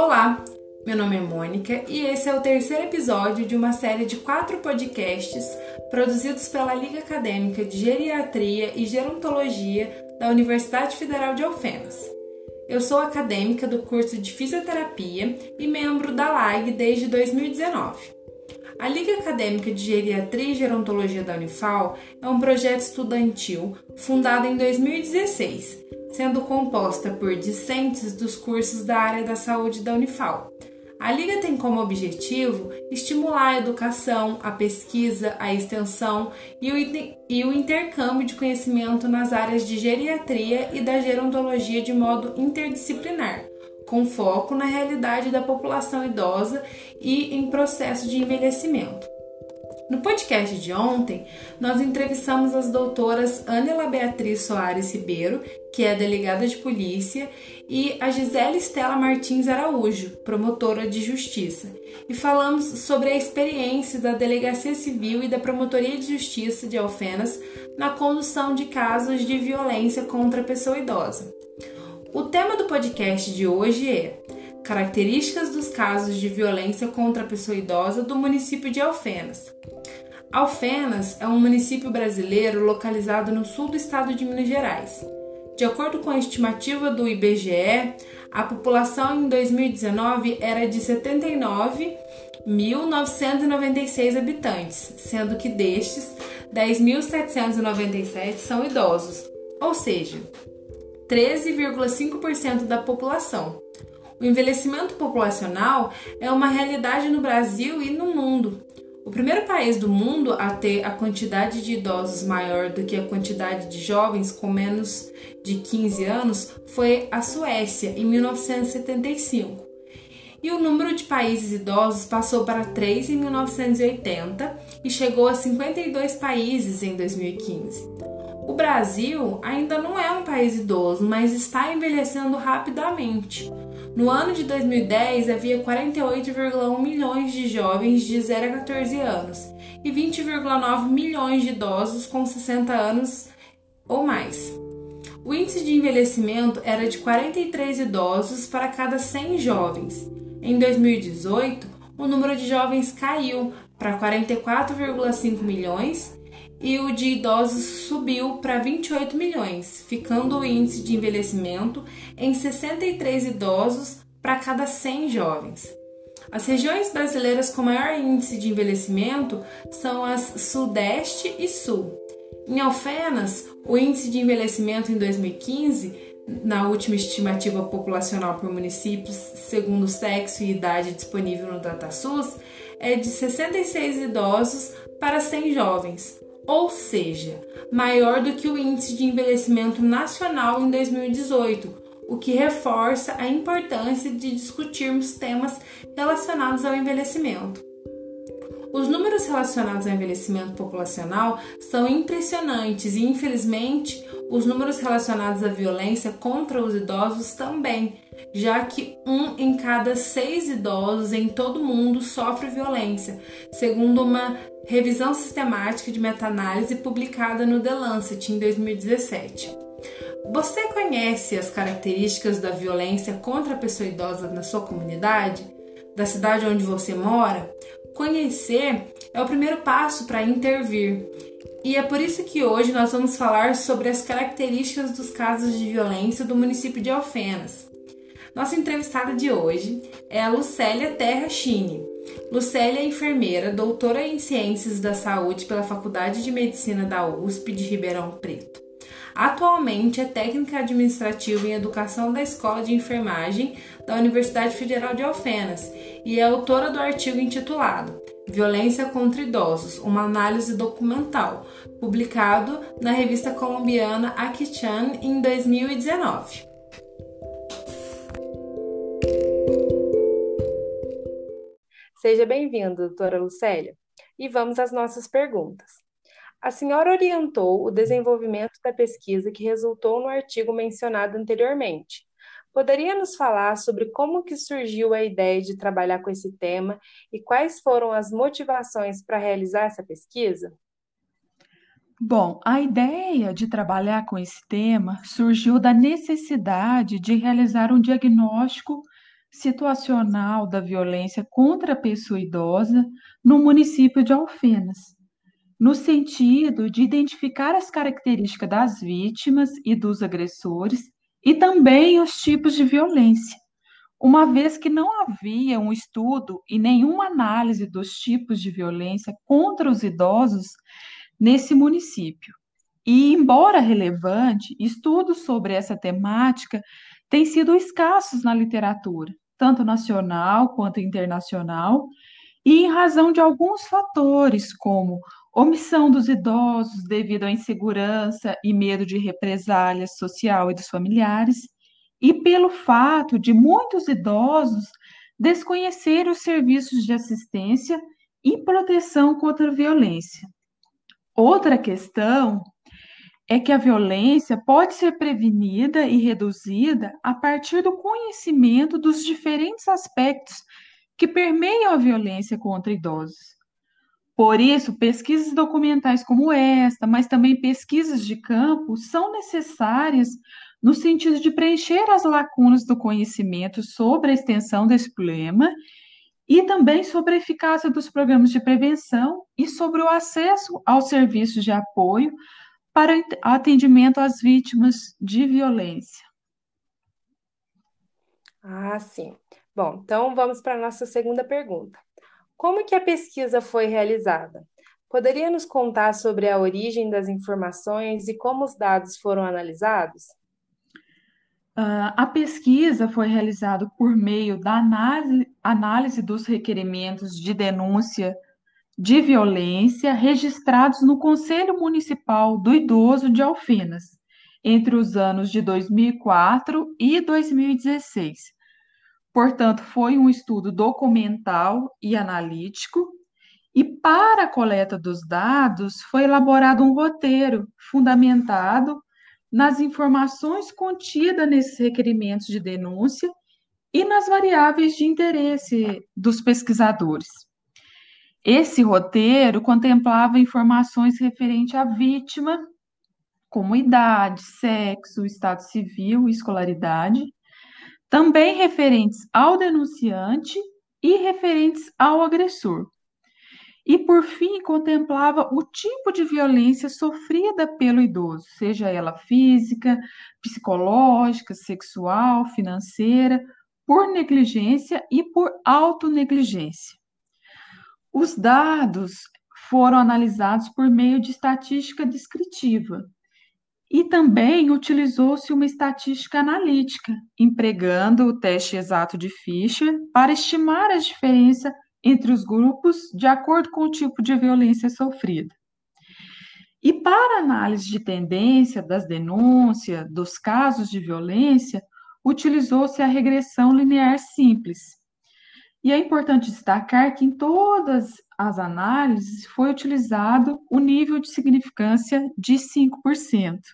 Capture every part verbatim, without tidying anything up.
Olá, meu nome é Mônica e esse é o terceiro episódio de uma série de quatro podcasts produzidos pela Liga Acadêmica de Geriatria e Gerontologia da Universidade Federal de Alfenas. Eu sou acadêmica do curso de Fisioterapia e membro da L A I G desde dois mil e dezenove. A Liga Acadêmica de Geriatria e Gerontologia da Unifal é um projeto estudantil fundado em dois mil e dezesseis, sendo composta por discentes dos cursos da área da saúde da Unifal. A Liga tem como objetivo estimular a educação, a pesquisa, a extensão e o, e o intercâmbio de conhecimento nas áreas de geriatria e da gerontologia de modo interdisciplinar, com foco na realidade da população idosa e em processo de envelhecimento. No podcast de ontem, nós entrevistamos as doutoras Ânela Beatriz Soares Ribeiro, que é delegada de polícia, e a Gisele Estela Martins Araújo, promotora de justiça, e falamos sobre a experiência da Delegacia Civil e da Promotoria de Justiça de Alfenas na condução de casos de violência contra a pessoa idosa. O tema do podcast de hoje é Características dos casos de violência contra a pessoa idosa do município de Alfenas. Alfenas é um município brasileiro localizado no sul do estado de Minas Gerais. De acordo com a estimativa do I B G E, a população em dois mil e dezenove era de setenta e nove mil novecentos e noventa e seis habitantes, sendo que destes, dez mil setecentos e noventa e sete são idosos, ou seja, treze vírgula cinco por cento da população. O envelhecimento populacional é uma realidade no Brasil e no mundo. O primeiro país do mundo a ter a quantidade de idosos maior do que a quantidade de jovens com menos de quinze anos foi a Suécia, em mil novecentos e setenta e cinco. E o número de países idosos passou para três em mil novecentos e oitenta e chegou a cinquenta e dois países em dois mil e quinze. O Brasil ainda não é um país idoso, mas está envelhecendo rapidamente. No ano de dois mil e dez, havia quarenta e oito vírgula um milhões de jovens de zero a quatorze anos e vinte vírgula nove milhões de idosos com sessenta anos ou mais. O índice de envelhecimento era de quarenta e três idosos para cada cem jovens. Em dois mil e dezoito, o número de jovens caiu para quarenta e quatro vírgula cinco milhões e o de idosos subiu para vinte e oito milhões, ficando o índice de envelhecimento em sessenta e três idosos para cada cem jovens. As regiões brasileiras com maior índice de envelhecimento são as Sudeste e Sul. Em Alfenas, o índice de envelhecimento em dois mil e quinze, na última estimativa populacional por municípios, segundo sexo e idade disponível no DataSUS, é de sessenta e seis idosos para cem jovens, ou seja, maior do que o índice de envelhecimento nacional em dois mil e dezoito, o que reforça a importância de discutirmos temas relacionados ao envelhecimento. Os números relacionados ao envelhecimento populacional são impressionantes e, infelizmente, os números relacionados à violência contra os idosos também, já que um em cada seis idosos em todo o mundo sofre violência, segundo uma revisão sistemática de meta-análise publicada no The Lancet em dois mil e dezessete. Você conhece as características da violência contra a pessoa idosa na sua comunidade? Da cidade onde você mora? Conhecer é o primeiro passo para intervir. E é por isso que hoje nós vamos falar sobre as características dos casos de violência do município de Alfenas. Nossa entrevistada de hoje é a Lucélia Terra Chini. Lucélia é enfermeira, doutora em Ciências da Saúde pela Faculdade de Medicina da U S P de Ribeirão Preto. Atualmente é técnica administrativa em Educação da Escola de Enfermagem da Universidade Federal de Alfenas e é autora do artigo intitulado Violência contra Idosos, uma análise documental, publicado na revista colombiana Akichan em dois mil e dezenove. Seja bem-vinda, doutora Lucélia, e vamos às nossas perguntas. A senhora orientou o desenvolvimento da pesquisa que resultou no artigo mencionado anteriormente. Poderia nos falar sobre como que surgiu a ideia de trabalhar com esse tema e quais foram as motivações para realizar essa pesquisa? Bom, a ideia de trabalhar com esse tema surgiu da necessidade de realizar um diagnóstico situacional da violência contra a pessoa idosa no município de Alfenas, no sentido de identificar as características das vítimas e dos agressores e também os tipos de violência, uma vez que não havia um estudo e nenhuma análise dos tipos de violência contra os idosos nesse município. E, embora relevante, estudos sobre essa temática têm sido escassos na literatura, tanto nacional quanto internacional, e em razão de alguns fatores, como omissão dos idosos devido à insegurança e medo de represália social e dos familiares, e pelo fato de muitos idosos desconhecerem os serviços de assistência e proteção contra a violência. Outra questão é que a violência pode ser prevenida e reduzida a partir do conhecimento dos diferentes aspectos que permeiam a violência contra idosos. Por isso, pesquisas documentais como esta, mas também pesquisas de campo, são necessárias no sentido de preencher as lacunas do conhecimento sobre a extensão desse problema e também sobre a eficácia dos programas de prevenção e sobre o acesso aos serviços de apoio para atendimento às vítimas de violência. Ah, sim. Bom, então vamos para a nossa segunda pergunta. Como que a pesquisa foi realizada? Poderia nos contar sobre a origem das informações e como os dados foram analisados? Uh, a pesquisa foi realizada por meio da análise, análise dos requerimentos de denúncia de violência registrados no Conselho Municipal do Idoso de Alfenas, entre os anos de dois mil e quatro e dois mil e dezesseis. Portanto, foi um estudo documental e analítico, e para a coleta dos dados foi elaborado um roteiro fundamentado nas informações contidas nesses requerimentos de denúncia e nas variáveis de interesse dos pesquisadores. Esse roteiro contemplava informações referentes à vítima, como idade, sexo, estado civil e escolaridade, também referentes ao denunciante e referentes ao agressor. E, por fim, contemplava o tipo de violência sofrida pelo idoso, seja ela física, psicológica, sexual, financeira, por negligência e por autonegligência. Os dados foram analisados por meio de estatística descritiva e também utilizou-se uma estatística analítica, empregando o teste exato de Fisher para estimar a diferença entre os grupos de acordo com o tipo de violência sofrida. E para análise de tendência das denúncias, dos casos de violência, utilizou-se a regressão linear simples. E é importante destacar que em todas as análises foi utilizado o nível de significância de cinco por cento.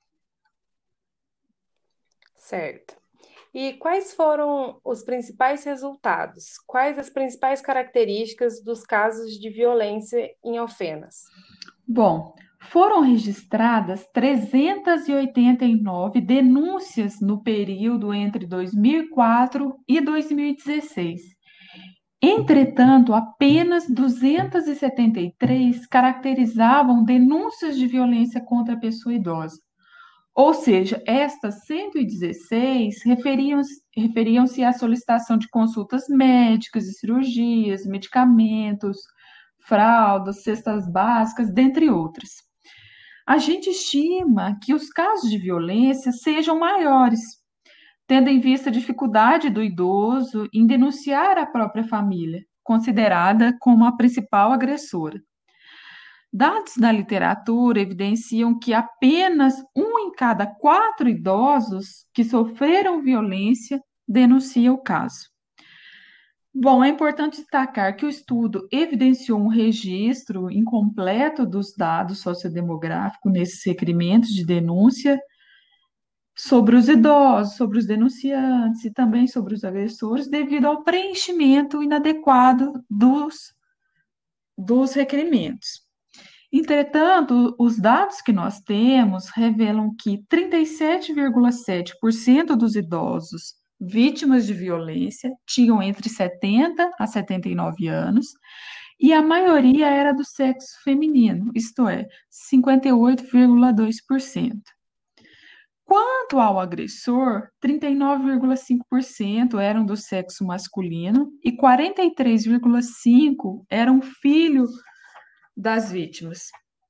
Certo. E quais foram os principais resultados? Quais as principais características dos casos de violência em Alfenas? Bom, foram registradas trezentas e oitenta e nove denúncias no período entre dois mil e quatro e dois mil e dezesseis. Entretanto, apenas duzentas e setenta e três caracterizavam denúncias de violência contra a pessoa idosa. Ou seja, estas cento e dezesseis referiam-se referiam-se à solicitação de consultas médicas e cirurgias, medicamentos, fraldas, cestas básicas, dentre outras. A gente estima que os casos de violência sejam maiores, tendo em vista a dificuldade do idoso em denunciar a própria família, considerada como a principal agressora. Dados da literatura evidenciam que apenas um em cada quatro idosos que sofreram violência denuncia o caso. Bom, é importante destacar que o estudo evidenciou um registro incompleto dos dados sociodemográficos nesses requerimentos de denúncia sobre os idosos, sobre os denunciantes e também sobre os agressores, devido ao preenchimento inadequado dos, dos requerimentos. Entretanto, os dados que nós temos revelam que trinta e sete vírgula sete por cento dos idosos vítimas de violência tinham entre setenta a setenta e nove anos e a maioria era do sexo feminino, isto é, cinquenta e oito vírgula dois por cento. Quanto ao agressor, trinta e nove vírgula cinco por cento eram do sexo masculino e quarenta e três vírgula cinco por cento eram filho das vítimas.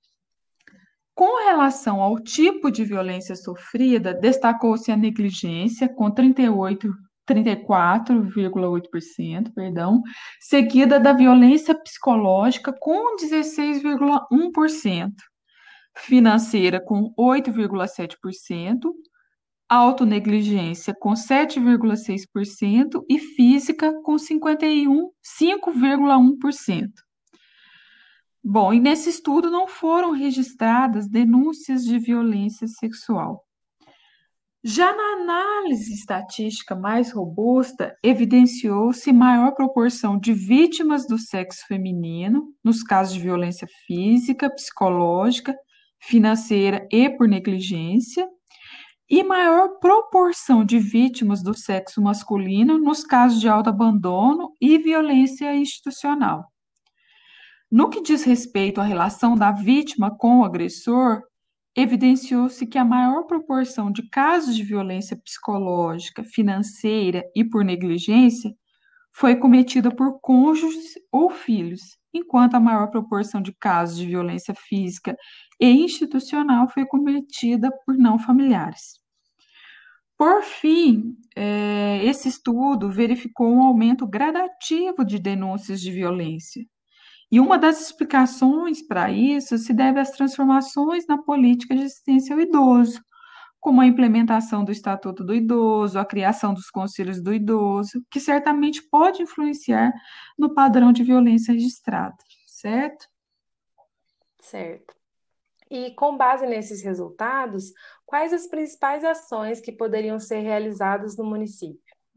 Com relação ao tipo de violência sofrida, destacou-se a negligência, com trinta e oito, trinta e quatro vírgula oito por cento, perdão, seguida da violência psicológica, com dezesseis vírgula um por cento, financeira, com oito vírgula sete por cento, autonegligência, com sete vírgula seis por cento e física, com cinquenta e um, cinco vírgula um por cento. Bom, e nesse estudo não foram registradas denúncias de violência sexual. Já na análise estatística mais robusta, evidenciou-se maior proporção de vítimas do sexo feminino, nos casos de violência física, psicológica, financeira e por negligência, e maior proporção de vítimas do sexo masculino nos casos de autoabandono e violência institucional. No que diz respeito à relação da vítima com o agressor, evidenciou-se que a maior proporção de casos de violência psicológica, financeira e por negligência foi cometida por cônjuges ou filhos, enquanto a maior proporção de casos de violência física e institucional foi cometida por não familiares. Por fim, eh, esse estudo verificou um aumento gradativo de denúncias de violência. E uma das explicações para isso se deve às transformações na política de assistência ao idoso, como a implementação do Estatuto do Idoso, a criação dos conselhos do idoso, que certamente pode influenciar no padrão de violência registrada, certo? Certo. E com base nesses resultados, quais as principais ações que poderiam ser realizadas no município?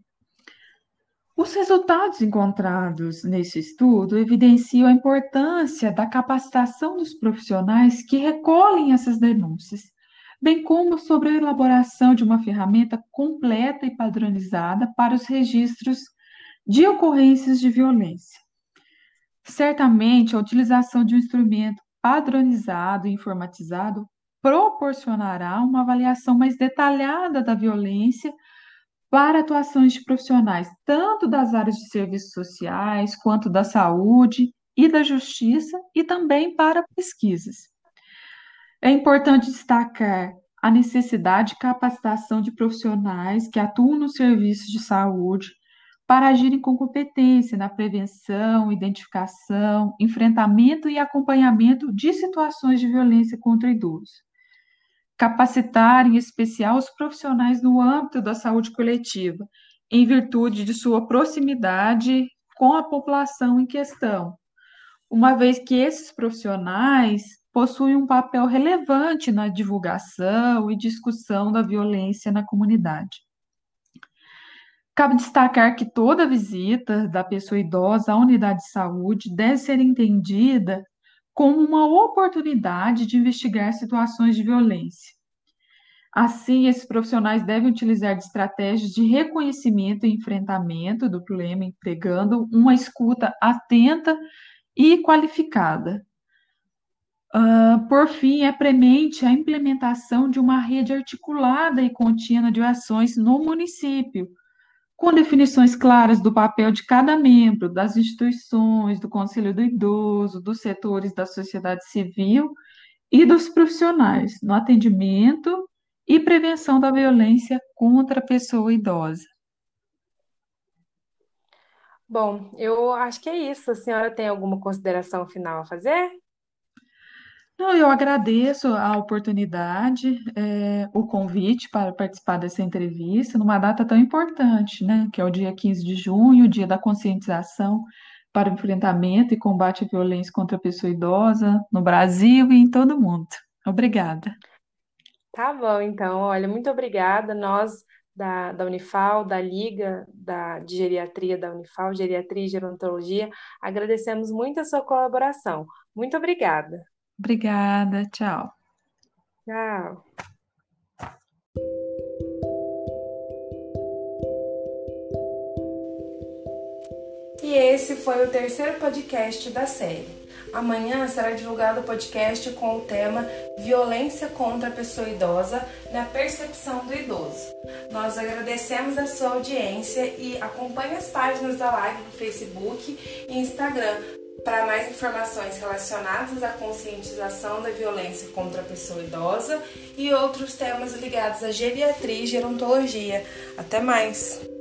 Os resultados encontrados nesse estudo evidenciam a importância da capacitação dos profissionais que recolhem essas denúncias, bem como sobre a elaboração de uma ferramenta completa e padronizada para os registros de ocorrências de violência. Certamente, a utilização de um instrumento padronizado e informatizado proporcionará uma avaliação mais detalhada da violência para atuações de profissionais, tanto das áreas de serviços sociais, quanto da saúde e da justiça, e também para pesquisas. É importante destacar a necessidade de capacitação de profissionais que atuam nos serviços de saúde para agirem com competência na prevenção, identificação, enfrentamento e acompanhamento de situações de violência contra o idoso. Capacitar, em especial, os profissionais no âmbito da saúde coletiva, em virtude de sua proximidade com a população em questão, uma vez que esses profissionais possuem um papel relevante na divulgação e discussão da violência na comunidade. Cabe destacar que toda visita da pessoa idosa à unidade de saúde deve ser entendida como uma oportunidade de investigar situações de violência. Assim, esses profissionais devem utilizar de estratégias de reconhecimento e enfrentamento do problema, empregando uma escuta atenta e qualificada. Uh, por fim, é premente a implementação de uma rede articulada e contínua de ações no município, com definições claras do papel de cada membro, das instituições, do Conselho do Idoso, dos setores da sociedade civil e dos profissionais no atendimento e prevenção da violência contra a pessoa idosa. Bom, eu acho que é isso. A senhora tem alguma consideração final a fazer? Não, eu agradeço a oportunidade, eh, o convite para participar dessa entrevista numa data tão importante, né, que é o dia quinze de junho, o dia da conscientização para o enfrentamento e combate à violência contra a pessoa idosa no Brasil e em todo o mundo. Obrigada. Tá bom, então, olha, muito obrigada. Nós da, da Unifal, da Liga da, de Geriatria da Unifal, Geriatria e Gerontologia, agradecemos muito a sua colaboração. Muito obrigada. Obrigada, tchau. Tchau. esse foi o terceiro podcast da série. Amanhã será divulgado o podcast com o tema Violência contra a Pessoa Idosa na Percepção do Idoso. Nós agradecemos a sua audiência e acompanhe as páginas da live no Facebook e Instagram para mais informações relacionadas à conscientização da violência contra a pessoa idosa e outros temas ligados à geriatria e gerontologia. Até mais!